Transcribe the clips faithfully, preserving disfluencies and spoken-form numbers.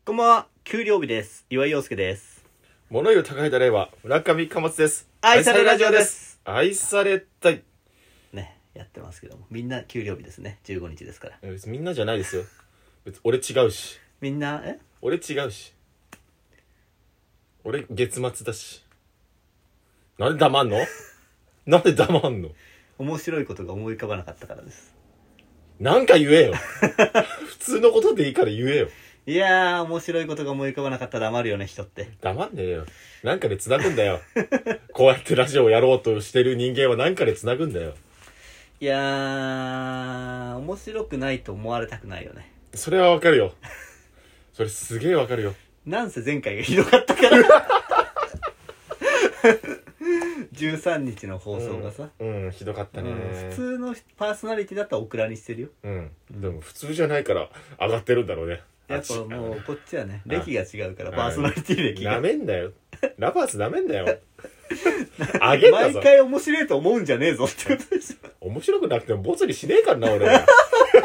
こんばんは、給料日です。岩井陽介です。 物言う高いだれは村上貨物です。 愛されラジオです。 愛されたいね、やってますけども、みんな給料日ですね。じゅうごにちですから。 別にみんなじゃないですよ。別に俺違うし。 みんなえ俺違うし。俺月末だし。なんで黙んのなんで黙んの。 面白いことが思い浮かばなかったからです。 なんか言えよ。普通のことでいいから言えよ。 いやー、面白いことが思い浮かばなかったら黙るよね、人って。 黙んねえよ。なんかで繋ぐんだよ。こうやってラジオをやろうとしてる人間はなんかで繋ぐんだよ。 いやー、面白くないと思われたくないよね。 それはわかるよ。それすげえわかるよ。 なんせ前回がひどかったからじゅうさんにちの放送がさ、 うん、うん、ひどかったね、うん、 普通のパーソナリティだったらオクラにしてるよ、 うん、うん、でも普通じゃないから上がってるんだろうね。 やっぱもうこっちはね歴が違うからパーソナリティ歴がなめんだよ。ラバースなめんだよ。あげんだぞ。 毎回面白いと思うんじゃねえぞってことでしょ。 面白くなくてもボツにしねえからな俺は。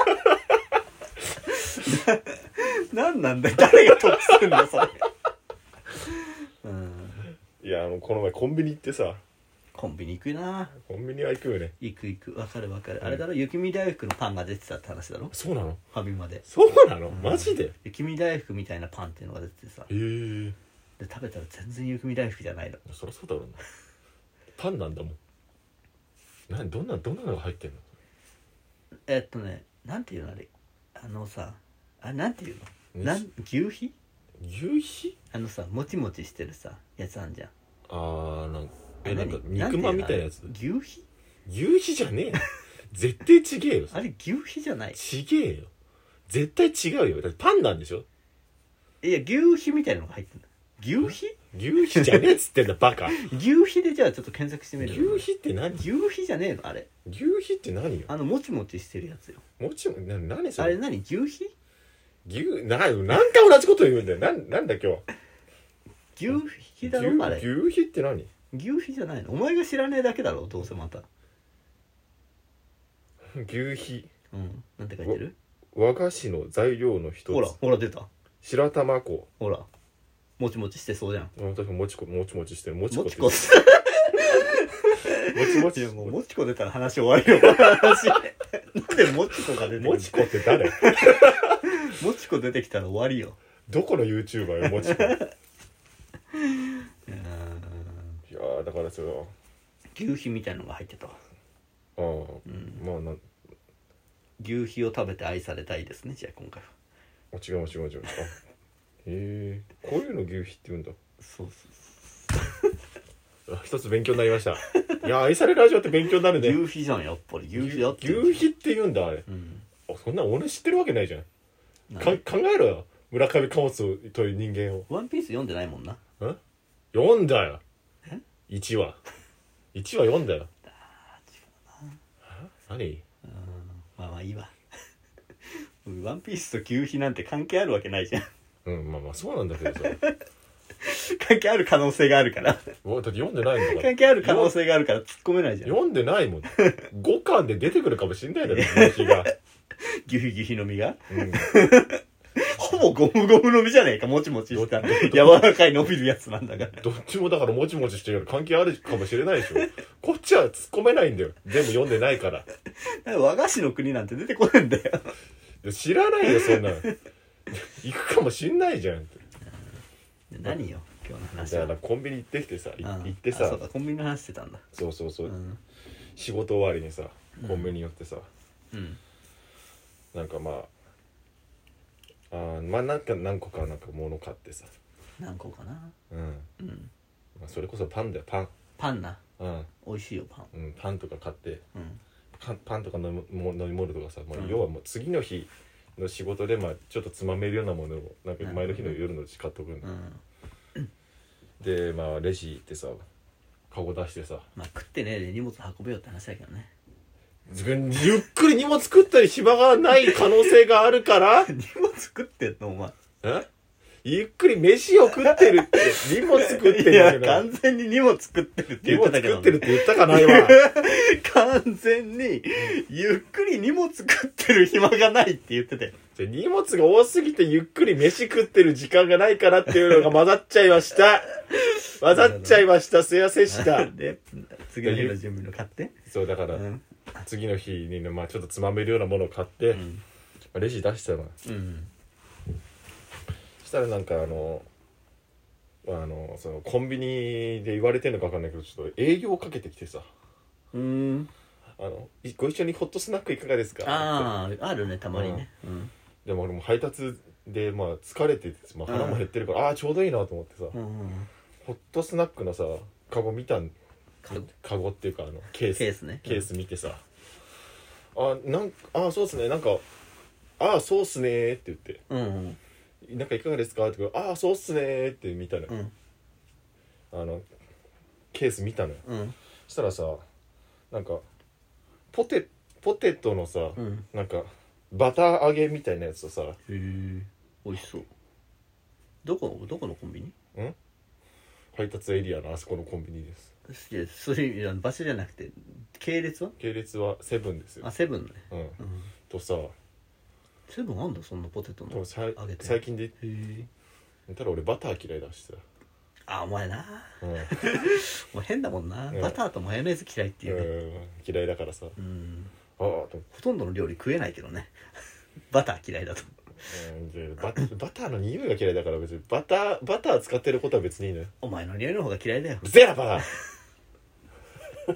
な, なんなんだよ誰が得するんだそれ。うん、 いやもうこの前コンビニ行ってさ。 コンビニ行くな。 コンビニは行くよね。 行く行くわかるわかる、うん、あれだろ雪見大福のパンが出てたって話だろ。 そうなの。 ファミマで。 そうなの、うん、マジで。 雪見大福みたいなパンっていうのが出ててさ。 へえ。 で食べたら全然雪見大福じゃないの。 そりゃそうだろうな。パンなんだもん。何どんなどんなのが入ってんの。 えっとねなんていうのあれあのさあなんていうのなん牛皮牛皮あのさもちもちしてるさやつあんじゃん。 あーなんえなんか肉まんみたいなやつ。 牛皮牛皮じゃねえよ。絶対ちげえよ。 あれ牛皮じゃない。 ちげえよ。絶対違うよ。だってパンなんでしょ。 いや牛皮みたいなのが入ってるんだ。牛皮牛皮じゃねえっつってんだバカ。 牛皮でじゃあちょっと検索してみる。 牛皮って何。 牛皮じゃねえのあれ。 牛皮って何よ。 あのもちもちしてるやつよ。 もちもな何それ。 あれ何牛皮牛な何回同じこと言うんだよ。ななんだ今牛日。 皮だろあれ。 牛皮って何。 牛皮じゃないの。お前が知らねえだけだろどうせまた。 牛皮。 うんなんて書いてる。 和菓子の材料の一つ。 ほらほら出た。 白玉粉。 ほらもちもちしてそうじゃん。 私ももちこもちもちしてる。もちこもちこもちもち。 もうもちこ出たら話終わりよ。話なんでもちこが出てくる。 もちこって誰。 もちこ出てきたら終わりよ。 どこの YouTuber よもちこ。いやーだからそれは牛皮みたいのが入ってた。ああ、うん、まあな牛皮を食べて愛されたいですね。じゃあ今回はあ違う違う違う。あへえこういうの牛皮って言うんだ。 そうそうそう一つ勉強になりました。いや愛されラジオって勉強になるね。 牛皮じゃんやっぱり。牛皮だって牛皮って言うんだあれ、うん、あそんな俺知ってるわけないじゃん。か考えろよ村上貨物という人間を。 ワンピース読んでないもんな。 ん読んだよ。 えいちわいちわ読んだよ。あ違うな何。うんまあまあいいわ。ワンピースと牛皮なんて関係あるわけないじゃん。 うんまあまあそうなんだけどさ。 関係ある可能性があるから。だって読んでないんだから。 関係ある可能性があるから突っ込めないじゃん。 読んでないもん。ごかんで出てくるかもしんないだろ牛皮が。 牛皮牛皮の実が、 うん、 ほぼゴムゴムの実じゃねえか。もちもちした柔らかい伸びるやつなんだから。 どっちもだからもちもちしてるから関係あるかもしれないでしょ。こっちは突っ込めないんだよ全部読んでないから。 和菓子の国なんて出てこないんだよ。 知らないよそんなの。行くかもしんないじゃん。 何よ今日の話は。だからコンビニ行ってきてさ、うん、行ってさ。 そうだコンビニの話してたんだ。 そうそうそう、うん、仕事終わりにさコンビニ寄ってさ、うん、なんかまああまあなんか何個かなんか物買ってさ。 何個かな。 うん、うんまあ、それこそパンだよパン。 パンな。 うん美味しいよパン。 うんパンとか買って、 うん、 パンパンとか飲み飲み物とかさ、まあ、要はもう次の日の仕事でまあちょっとつまめるようなものをなんか前の日の夜のうち買っとくんだ、うん、でまあレジ行ってさカゴ出してさ、 まあ食ってねえで荷物運べよって話だけどね。 ゆっくり荷物食ったり暇がない可能性があるから。 荷物食ってんのお前。 えゆっくり飯を食ってるって荷物食ってるいやけど完全に荷物食ってるって荷物言ってたけど、 食ってるって言ったかな今完全にゆっくり荷物食ってる暇がないって言ってて、 じゃ荷物が多すぎてゆっくり飯食ってる時間がないからっていうのが混ざっちゃいました混ざっちゃいましたすいませんしたで次の日の準備の買ってそうだから、 うん、 次の日にね、まあ、ちょっとつまめるようなものを買って、 うんまあレジ出したのうんそしたらなんかあのあのそのコンビニで言われてるのか分かんないけどちょっと営業をかけてきてさうんあのいご一緒にホットスナックいかがですかあああるねたまにね、うんでも俺も配達でまあ疲れてて、まあ、腹も減ってるから、うん、ああちょうどいいなと思ってさ、 うんうん、 ホットスナックのさカゴ見たんカゴカゴっていうかあのケースケースねケース見てさ、うん、あなんあそうっすねなんかあそうっすねーって言って、 うんうんなんかいかがですかって言うからあそうっすねーって見たのよ、 うん、 あのケース見たのよ、 うん、 そしたらさなんかポテポテトのさ、 うん、 なんかバター揚げみたいなやつとさ、 へえ美味しそう。どこどこのコンビニ？ ん配達エリアのあそこのコンビニです。 いやそれいや場所じゃなくて系列は？ 系列はセブンですよ。 あセブンね、 うん、 うん、 とさセブンあんだそんなポテトの揚げて最近でへえただ俺バター嫌いだしさあお前な、 うん、 もう変だもんな、 うん、 バターとマヨネーズ嫌いっていうね、 うん嫌いだからさ、 うん、 ああほとんどの料理食えないけどねバター嫌いだと、 うん、でババターの匂いが嫌いだから別にバターバター使ってることは別にいいのよ。 お前の匂いの方が嫌いだよ。 うぜえなバタ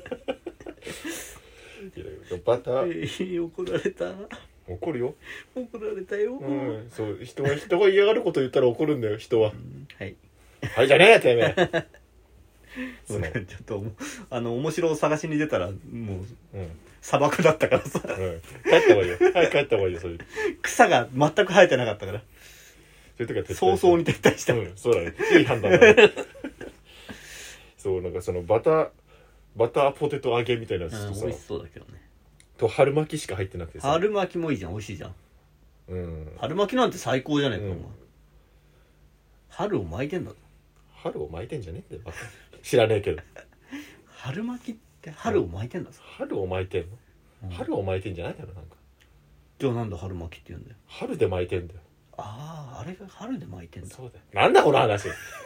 ーバター、 えー、怒られた怒るよ。 怒られたよ、 うん、そう人が人が嫌がること言ったら怒るんだよ人は、うん、 はいはいじゃねえてめえちょっとあの面白を探しに出たらもう、 うん、 砂漠だったからさ、 うん、帰った方がいいよはい帰った方がいいよそういう草が全く生えてなかったからそういう時は撤退早々に撤退した、 うん、そうだねいい判断だねそうなんかそのバターバターポテト揚げみたいなやつとさ、 うん、美味しそうだけどねと春巻きしか入ってなくてさ春巻きもいいじゃん美味しいじゃん、うん、春巻きなんて最高じゃねえか、うん、お前春を巻いてんだぞ。 春を巻いてんじゃねえんだよ知らねえけど春巻きって春を巻いてんだぞ、 うん、春を巻いてんの、うん、春を巻いてんじゃないだろなんかじゃあなんだ春巻きって言うんだよ。 春で巻いてんだよ。 あああれが春で巻いてんだ。 そうだよなんだこの話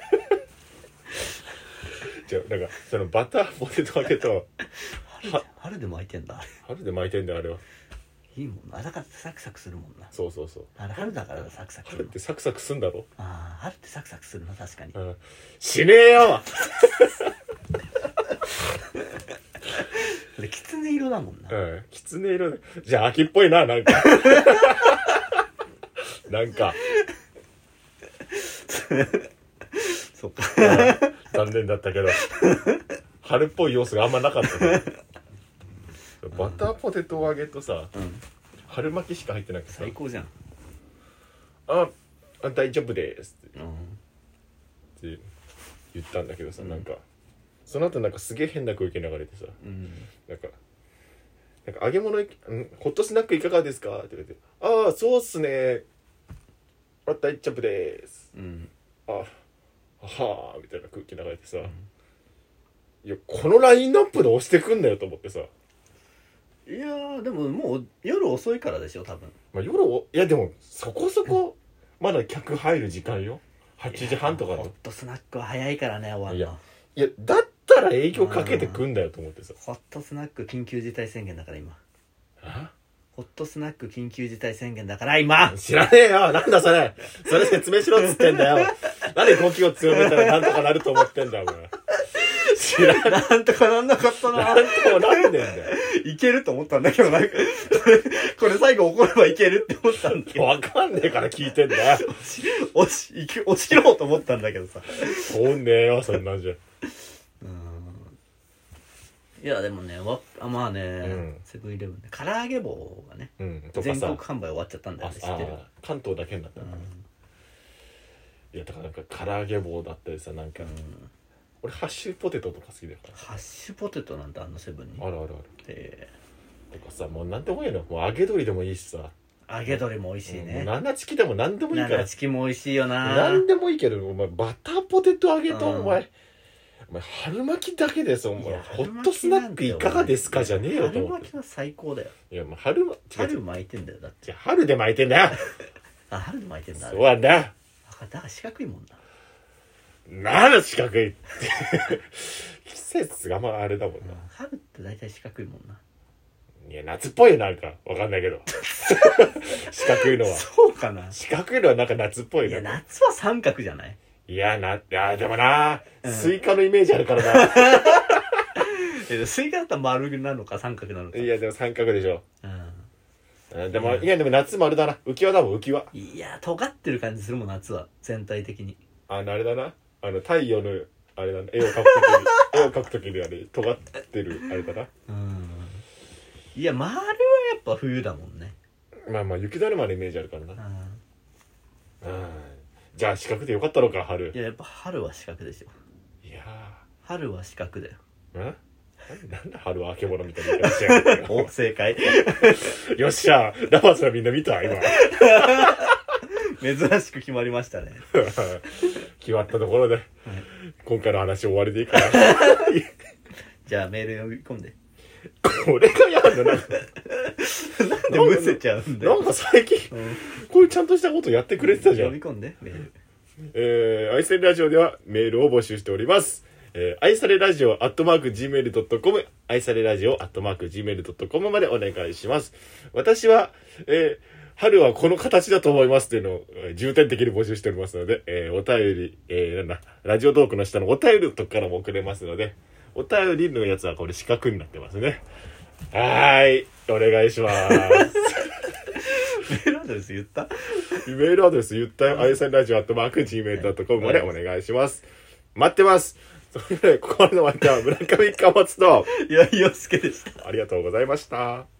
じゃあなんかそのバターポテト揚げと春で春で巻いてんだあれ。 春で巻いてんだよあれはいいもんな。だからサクサクするもんな。 そうそうそうあれ春だからサクサクする。 春ってサクサクすんだろ。 ああ春ってサクサクするな確かに、 うん、しねえよそれきつね色だもんな。 うんきつね色じゃあ秋っぽいななんかなんかそっか残念だったけど春っぽい要素があんまなかったからバターポテト揚げとさ、うん、春巻きしか入ってなくてさ最高じゃん。 ああ大丈夫ですって、 うん、 って言ったんだけどさ、うん、なんかその後なんかすげえ変な空気流れてさ、うん、なんかなんか揚げ物ホットスナックいかがですかって言われてああそうっすねあ大丈夫です、うん、あはあみたいな空気流れてさ、うん、いやこのラインナップで押してくんなよと思ってさ。 いやーでももう夜遅いからでしょ多分、 まあ、夜おいやでもそこそこまだ客入る時間よはちじはんとかホットスナックは早いからね終わるの。いやいやだったら営業かけてくんだよと思ってさ。 ホットスナック緊急事態宣言だから今。ホットスナック緊急事態宣言だから今。 知らねえよなんだそれそれ説明しろっつってんだよなんで語気を強めたらなんとかなると思ってんだよお前知らんなんとかなんなかったな。 なんともなんねんだよいけると思ったんだけどなんかこれ最後怒ればいけるって思ったんだけどわかんねえから聞いてんだよ落ちいけ落ちろうと思ったんだけどさそうねえよそんなんじゃ。 いやでもねわあまあね、うん、セブンイレブンで唐揚げ棒がね、うん、全国販売終わっちゃったんだよね。知ってる？ 関東だけになった、うん、いやだからなんか唐揚げ棒だったりさなんか、うん、俺ハッシュポテトとか好きだから。 ハッシュポテトなんてあんのセブンにあるあるある。 えー、とかさもうなんてもいいのもう揚げ鶏でもいいしさ揚げ鶏も美味しいね。 ナナチキでも何でもいいから。 ナナチキも美味しいよな。 何でもいいけど、お前バターポテト揚げと、 うんお前お前春巻きだけですお前ホットスナックいかがですかじゃねえよと思って。 春巻きは最高だよ。 いやもう春巻き春巻いてんだよだって。 春で巻いてんだよ。 あ、春で巻いてんだ。 そうなんだよ。 だから四角いもんな。 なんだ四角いって季節がまああれだもんな、うん、 春って大体四角いもんな。 いや夏っぽいよなんかわかんないけど四角いのはそうかな。 四角いのはなんか夏っぽい。 いや夏は三角じゃない。 いやな、いやでもな、うん、スイカのイメージあるからなスイカだったら丸なのか三角なのか。 いやでも三角でしょ。 うん、 でも、うん、いやでも夏丸だな。浮き輪だもん浮き輪。 いや尖ってる感じするもん夏は全体的に。 あのあれだな、あの太陽のあれだな、絵を描くときに絵を描くときにあれ尖ってるあれだな。 うん。いや丸はやっぱ冬だもんね。 まあまあ雪だるまのイメージあるからな。 うん。 うん。じゃあ四角でよかったのか春。 いややっぱ春は四角でしょ。 いや春は四角だよ。 ん？なんだ春はあけぼのみたいな言い方しやがって。 お正解。 よっしゃラバースはみんな見た今。 珍しく決まりましたね。 決まったところで、はい、今回の話終わりでいいかな。 じゃあメール呼び込んで。 俺がやるのなんかなんでむせちゃうんだよ。 なんか最近、うん、こういうちゃんとしたことやってくれてたじゃん。 呼び込んでメール。 えー、愛されラジオではメールを募集しております。えー、愛されラジオアットマーク ジーメールドットコム 愛されラジオアットマーク ジーメールドットコム までお願いします。私は、えー、春はこの形だと思いますというのを重点的に募集しておりますので、えー、お便り、えー、なんだ、ラジオトークの下のお便りとかからも送れますので、お便りのやつはこれ四角になってますね。はーい、お願いします。 メールアドレス言った？ メールアドレス言ったよ。愛されラジオアットマーク ジーメールドットコム までお願いします。待ってます。それではここまでの相手は村上貨物といや、よすけでした。 ありがとうございました。